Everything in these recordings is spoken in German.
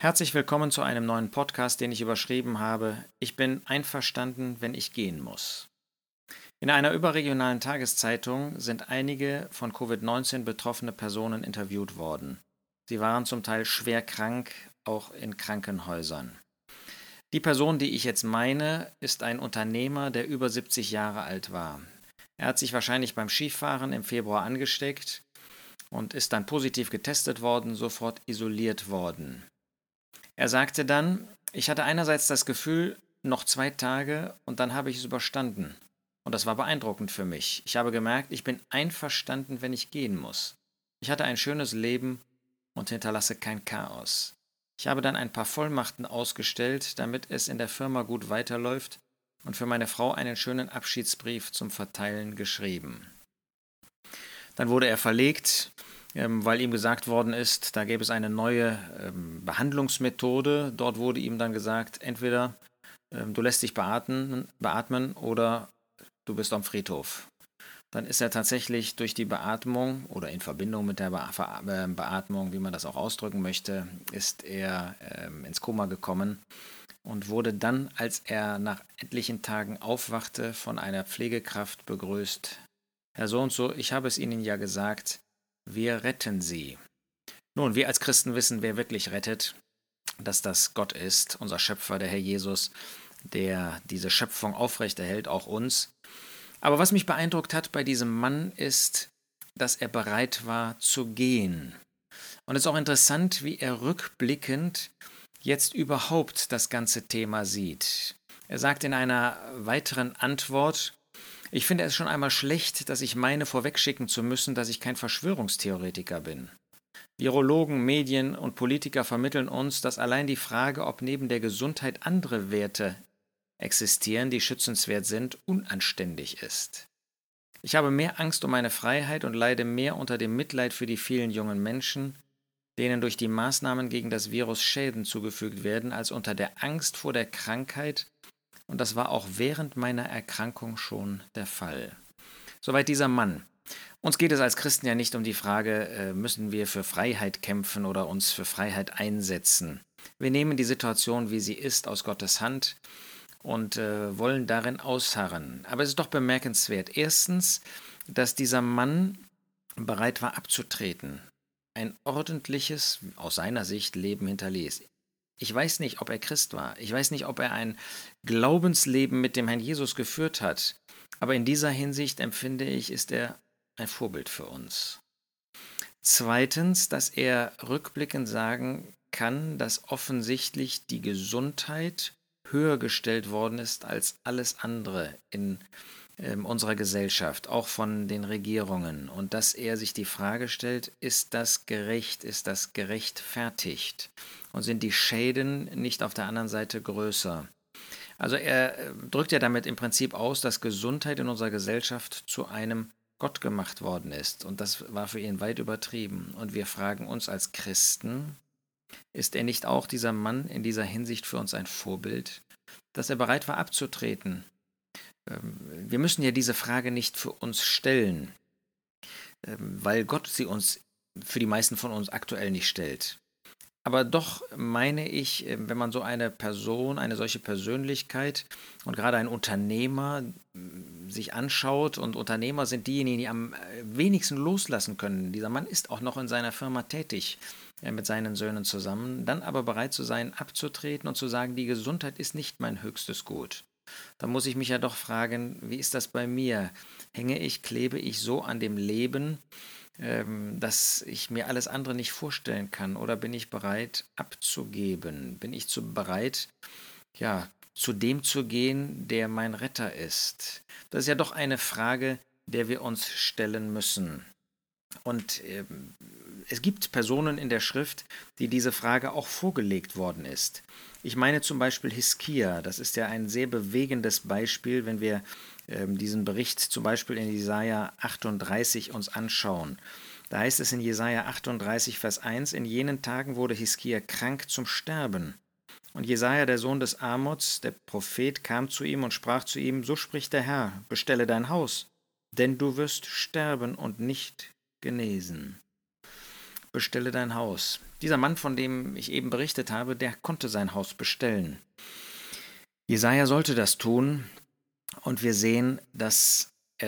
Herzlich willkommen zu einem neuen Podcast, den ich überschrieben habe: Ich bin einverstanden, wenn ich gehen muss. In einer überregionalen Tageszeitung sind einige von Covid-19 betroffene Personen interviewt worden. Sie waren zum Teil schwer krank, auch in Krankenhäusern. Die Person, die ich jetzt meine, ist ein Unternehmer, der über 70 Jahre alt war. Er hat sich wahrscheinlich beim Skifahren im Februar angesteckt und ist dann positiv getestet worden, sofort isoliert worden. Er sagte dann: Ich hatte einerseits das Gefühl, noch 2 Tage und dann habe ich es überstanden. Und das war beeindruckend für mich. Ich habe gemerkt, ich bin einverstanden, wenn ich gehen muss. Ich hatte ein schönes Leben und hinterlasse kein Chaos. Ich habe dann ein paar Vollmachten ausgestellt, damit es in der Firma gut weiterläuft, und für meine Frau einen schönen Abschiedsbrief zum Verteilen geschrieben. Dann wurde er verlegt, weil ihm gesagt worden ist, da gäbe es eine neue Behandlungsmethode. Dort wurde ihm dann gesagt, entweder du lässt dich beatmen oder du bist am Friedhof. Dann ist er tatsächlich durch die Beatmung oder in Verbindung mit der Beatmung, wie man das auch ausdrücken möchte, ist er ins Koma gekommen und wurde dann, als er nach etlichen Tagen aufwachte, von einer Pflegekraft begrüßt: Herr so und so, ich habe es Ihnen ja gesagt, wir retten Sie. Nun, wir als Christen wissen, wer wirklich rettet, dass das Gott ist, unser Schöpfer, der Herr Jesus, der diese Schöpfung aufrechterhält, auch uns. Aber was mich beeindruckt hat bei diesem Mann ist, dass er bereit war zu gehen. Und es ist auch interessant, wie er rückblickend jetzt überhaupt das ganze Thema sieht. Er sagt in einer weiteren Antwort: Ich finde es schon einmal schlecht, dass ich meine, vorwegschicken zu müssen, dass ich kein Verschwörungstheoretiker bin. Virologen, Medien und Politiker vermitteln uns, dass allein die Frage, ob neben der Gesundheit andere Werte existieren, die schützenswert sind, unanständig ist. Ich habe mehr Angst um meine Freiheit und leide mehr unter dem Mitleid für die vielen jungen Menschen, denen durch die Maßnahmen gegen das Virus Schäden zugefügt werden, als unter der Angst vor der Krankheit, und das war auch während meiner Erkrankung schon der Fall. Soweit dieser Mann. Uns geht es als Christen ja nicht um die Frage, müssen wir für Freiheit kämpfen oder uns für Freiheit einsetzen. Wir nehmen die Situation, wie sie ist, aus Gottes Hand und wollen darin ausharren. Aber es ist doch bemerkenswert. Erstens, dass dieser Mann bereit war abzutreten, ein ordentliches, aus seiner Sicht, Leben hinterließ. Ich weiß nicht, ob er Christ war. Ich weiß nicht, ob er ein Glaubensleben mit dem Herrn Jesus geführt hat. Aber in dieser Hinsicht empfinde ich, ist er ein Vorbild für uns. Zweitens, dass er rückblickend sagen kann, dass offensichtlich die Gesundheit höher gestellt worden ist als alles andere in unserer Gesellschaft, auch von den Regierungen. Und dass er sich die Frage stellt: Ist das gerecht, ist das gerechtfertigt? Und sind die Schäden nicht auf der anderen Seite größer? Also er drückt ja damit im Prinzip aus, dass Gesundheit in unserer Gesellschaft zu einem Gott gemacht worden ist. Und das war für ihn weit übertrieben. Und wir fragen uns als Christen: Ist er nicht auch, dieser Mann, in dieser Hinsicht für uns ein Vorbild, dass er bereit war abzutreten? Wir müssen ja diese Frage nicht für uns stellen, weil Gott sie uns für die meisten von uns aktuell nicht stellt. Aber doch meine ich, wenn man so eine Person, eine solche Persönlichkeit und gerade ein Unternehmer sich anschaut, und Unternehmer sind diejenigen, die am wenigsten loslassen können. Dieser Mann ist auch noch in seiner Firma tätig, mit seinen Söhnen zusammen, dann aber bereit zu sein, abzutreten und zu sagen, die Gesundheit ist nicht mein höchstes Gut. Da muss ich mich ja doch fragen, wie ist das bei mir? Klebe ich so an dem Leben, dass ich mir alles andere nicht vorstellen kann? Oder bin ich bereit abzugeben? Bin ich bereit, ja, zu dem zu gehen, der mein Retter ist? Das ist ja doch eine Frage, der wir uns stellen müssen. Und es gibt Personen in der Schrift, die diese Frage auch vorgelegt worden ist. Ich meine zum Beispiel Hiskia. Das ist ja ein sehr bewegendes Beispiel, wenn wir diesen Bericht zum Beispiel in Jesaja 38 uns anschauen. Da heißt es in Jesaja 38, Vers 1: In jenen Tagen wurde Hiskia krank zum Sterben. Und Jesaja, der Sohn des Amoz, der Prophet, kam zu ihm und sprach zu ihm: So spricht der Herr, bestelle dein Haus, denn du wirst sterben und nicht genesen. bestelle dein Haus. Dieser Mann, von dem ich eben berichtet habe, der konnte sein Haus bestellen. Jesaja sollte das tun, und wir sehen, dass er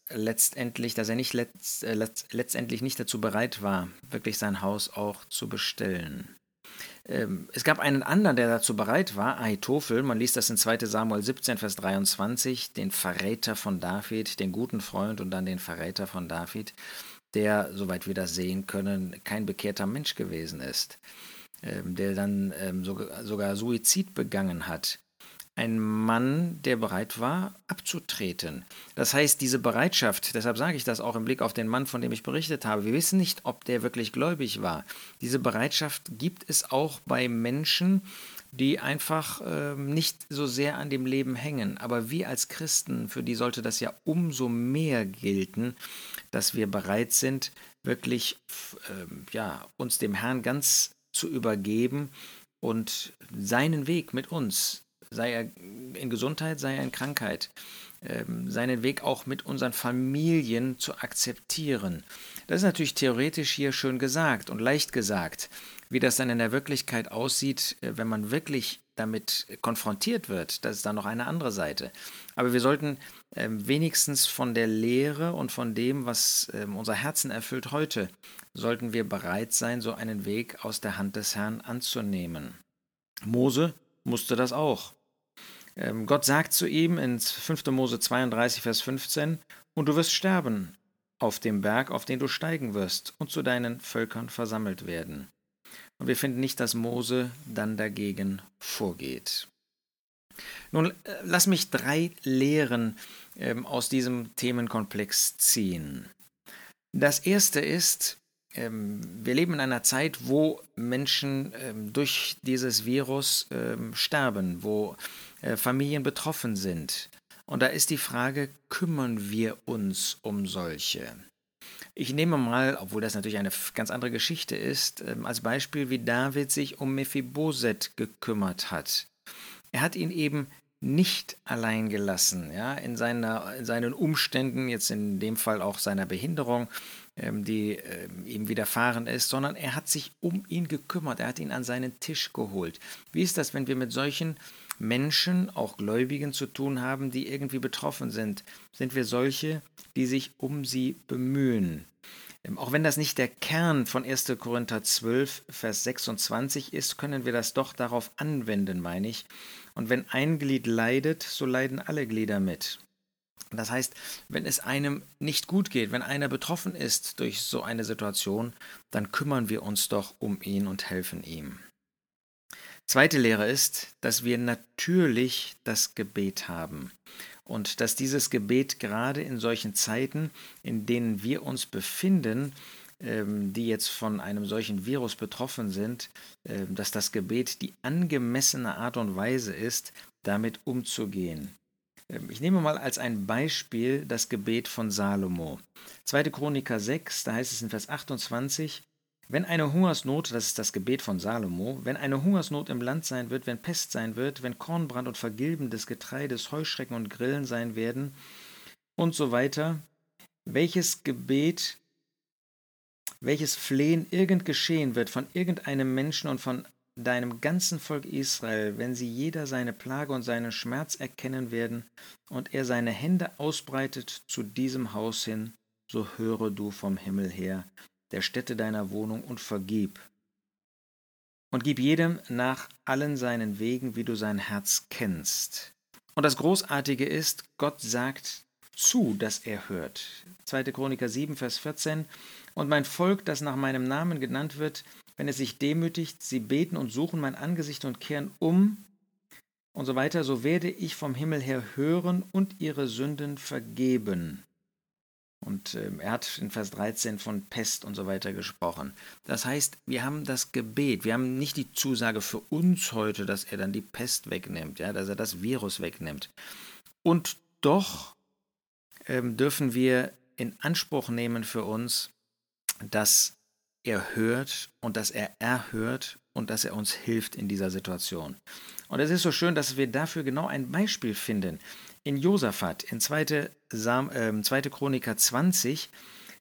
letztendlich nicht dazu bereit war, wirklich sein Haus auch zu bestellen. Es gab einen anderen, der dazu bereit war, Ahitophel, man liest das in 2. Samuel 17, Vers 23, den Verräter von David, den guten Freund und dann den Verräter von David, der, soweit wir das sehen können, kein bekehrter Mensch gewesen ist, der dann sogar Suizid begangen hat. Ein Mann, der bereit war, abzutreten. Das heißt, diese Bereitschaft, deshalb sage ich das auch im Blick auf den Mann, von dem ich berichtet habe, wir wissen nicht, ob der wirklich gläubig war. Diese Bereitschaft gibt es auch bei Menschen, die einfach nicht so sehr an dem Leben hängen. Aber wir als Christen, für die sollte das ja umso mehr gelten, dass wir bereit sind, wirklich uns dem Herrn ganz zu übergeben und seinen Weg mit uns, sei er in Gesundheit, sei er in Krankheit, seinen Weg auch mit unseren Familien zu akzeptieren. Das ist natürlich theoretisch hier schön gesagt und leicht gesagt. Wie das dann in der Wirklichkeit aussieht, wenn man wirklich damit konfrontiert wird, das ist dann noch eine andere Seite. Aber wir sollten wenigstens von der Lehre und von dem, was unser Herzen erfüllt heute, sollten wir bereit sein, so einen Weg aus der Hand des Herrn anzunehmen. Mose musste das auch. Gott sagt zu ihm in 5. Mose 32, Vers 15, und du wirst sterben auf dem Berg, auf den du steigen wirst, und zu deinen Völkern versammelt werden. Und wir finden nicht, dass Mose dann dagegen vorgeht. Nun, lass mich 3 Lehren aus diesem Themenkomplex ziehen. Das erste ist, wir leben in einer Zeit, wo Menschen durch dieses Virus sterben, wo Familien betroffen sind. Und da ist die Frage, kümmern wir uns um solche? Ich nehme mal, obwohl das natürlich eine ganz andere Geschichte ist, als Beispiel, wie David sich um Mephiboset gekümmert hat. Er hat ihn eben nicht allein gelassen, ja, in seinen Umständen, jetzt in dem Fall auch seiner Behinderung, die ihm widerfahren ist, sondern er hat sich um ihn gekümmert, er hat ihn an seinen Tisch geholt. Wie ist das, wenn wir mit solchen Menschen, auch Gläubigen, zu tun haben, die irgendwie betroffen sind? Sind wir solche, die sich um sie bemühen? Auch wenn das nicht der Kern von 1. Korinther 12, Vers 26 ist, können wir das doch darauf anwenden, meine ich. Und wenn ein Glied leidet, so leiden alle Glieder mit. Das heißt, wenn es einem nicht gut geht, wenn einer betroffen ist durch so eine Situation, dann kümmern wir uns doch um ihn und helfen ihm. Zweite Lehre ist, dass wir natürlich das Gebet haben und dass dieses Gebet gerade in solchen Zeiten, in denen wir uns befinden, die jetzt von einem solchen Virus betroffen sind, dass das Gebet die angemessene Art und Weise ist, damit umzugehen. Ich nehme mal als ein Beispiel das Gebet von Salomo. 2. Chroniker 6, da heißt es in Vers 28, wenn eine Hungersnot, das ist das Gebet von Salomo, wenn eine Hungersnot im Land sein wird, wenn Pest sein wird, wenn Kornbrand und Vergilben des Getreides, Heuschrecken und Grillen sein werden und so weiter, welches Gebet, welches Flehen irgend geschehen wird von irgendeinem Menschen und von deinem ganzen Volk Israel, wenn sie jeder seine Plage und seinen Schmerz erkennen werden und er seine Hände ausbreitet zu diesem Haus hin, so höre du vom Himmel her, der Stätte deiner Wohnung und vergib. Und gib jedem nach allen seinen Wegen, wie du sein Herz kennst. Und das Großartige ist, Gott sagt zu, dass er hört. 2. Chroniker 7, Vers 14. Und mein Volk, das nach meinem Namen genannt wird, wenn es sich demütigt, sie beten und suchen mein Angesicht und kehren um und so weiter, so werde ich vom Himmel her hören und ihre Sünden vergeben. Und er hat in Vers 13 von Pest und so weiter gesprochen. Das heißt, wir haben das Gebet, wir haben nicht die Zusage für uns heute, dass er dann die Pest wegnimmt, ja, dass er das Virus wegnimmt. Und doch dürfen wir in Anspruch nehmen für uns, dass er hört und dass er erhört und dass er uns hilft in dieser Situation. Und es ist so schön, dass wir dafür genau ein Beispiel finden. In Josaphat, in 2. Chroniker 20,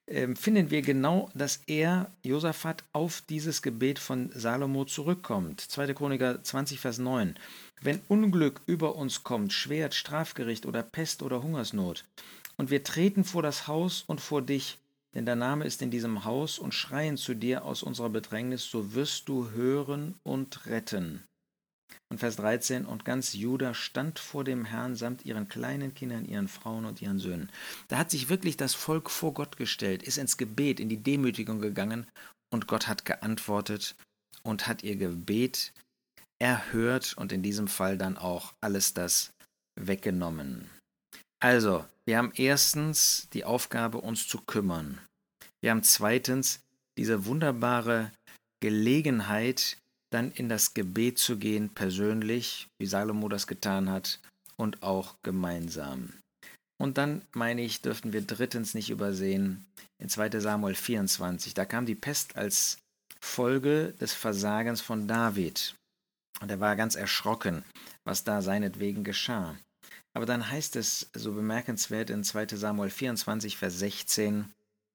finden wir genau, dass Josaphat, auf dieses Gebet von Salomo zurückkommt. 2. Chroniker 20, Vers 9. Wenn Unglück über uns kommt, Schwert, Strafgericht oder Pest oder Hungersnot, und wir treten vor das Haus und vor dich, denn der Name ist in diesem Haus, und schreien zu dir aus unserer Bedrängnis, so wirst du hören und retten. Und Vers 13, und ganz Juda stand vor dem Herrn samt ihren kleinen Kindern, ihren Frauen und ihren Söhnen. Da hat sich wirklich das Volk vor Gott gestellt, ist ins Gebet, in die Demütigung gegangen, und Gott hat geantwortet und hat ihr Gebet erhört und in diesem Fall dann auch alles das weggenommen. Also, wir haben erstens die Aufgabe, uns zu kümmern. Wir haben zweitens diese wunderbare Gelegenheit, dann in das Gebet zu gehen, persönlich, wie Salomo das getan hat, und auch gemeinsam. Und dann, meine ich, dürften wir drittens nicht übersehen, in 2. Samuel 24, da kam die Pest als Folge des Versagens von David. Und er war ganz erschrocken, was da seinetwegen geschah. Aber dann heißt es so bemerkenswert in 2. Samuel 24, Vers 16,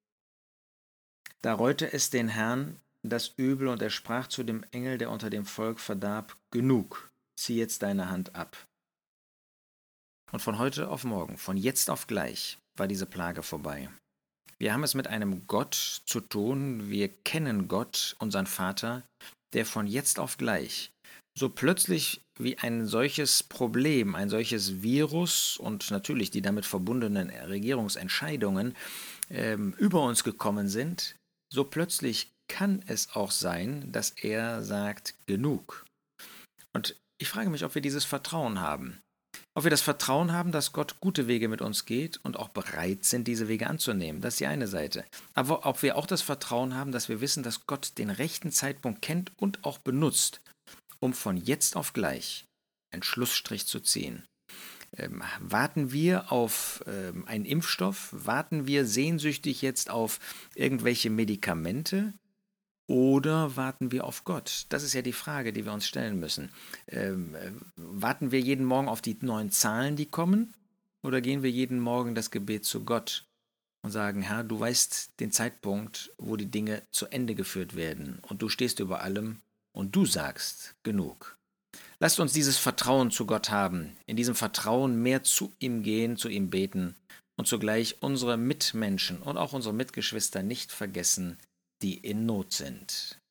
da reute es den Herrn das Übel, und er sprach zu dem Engel, der unter dem Volk verdarb, genug, zieh jetzt deine Hand ab. Und von heute auf morgen, von jetzt auf gleich, war diese Plage vorbei. Wir haben es mit einem Gott zu tun, wir kennen Gott, unseren Vater, der von jetzt auf gleich so plötzlich wie ein solches Problem, ein solches Virus und natürlich die damit verbundenen Regierungsentscheidungen über uns gekommen sind, so plötzlich kann es auch sein, dass er sagt, genug. Und ich frage mich, ob wir dieses Vertrauen haben. Ob wir das Vertrauen haben, dass Gott gute Wege mit uns geht und auch bereit sind, diese Wege anzunehmen. Das ist die eine Seite. Aber ob wir auch das Vertrauen haben, dass wir wissen, dass Gott den rechten Zeitpunkt kennt und auch benutzt, um von jetzt auf gleich einen Schlussstrich zu ziehen. Warten wir auf einen Impfstoff? Warten wir sehnsüchtig jetzt auf irgendwelche Medikamente? Oder warten wir auf Gott? Das ist ja die Frage, die wir uns stellen müssen. Warten wir jeden Morgen auf die neuen Zahlen, die kommen? Oder gehen wir jeden Morgen das Gebet zu Gott und sagen, Herr, du weißt den Zeitpunkt, wo die Dinge zu Ende geführt werden, und du stehst über allem und du sagst genug. Lasst uns dieses Vertrauen zu Gott haben, in diesem Vertrauen mehr zu ihm gehen, zu ihm beten und zugleich unsere Mitmenschen und auch unsere Mitgeschwister nicht vergessen, die in Not sind.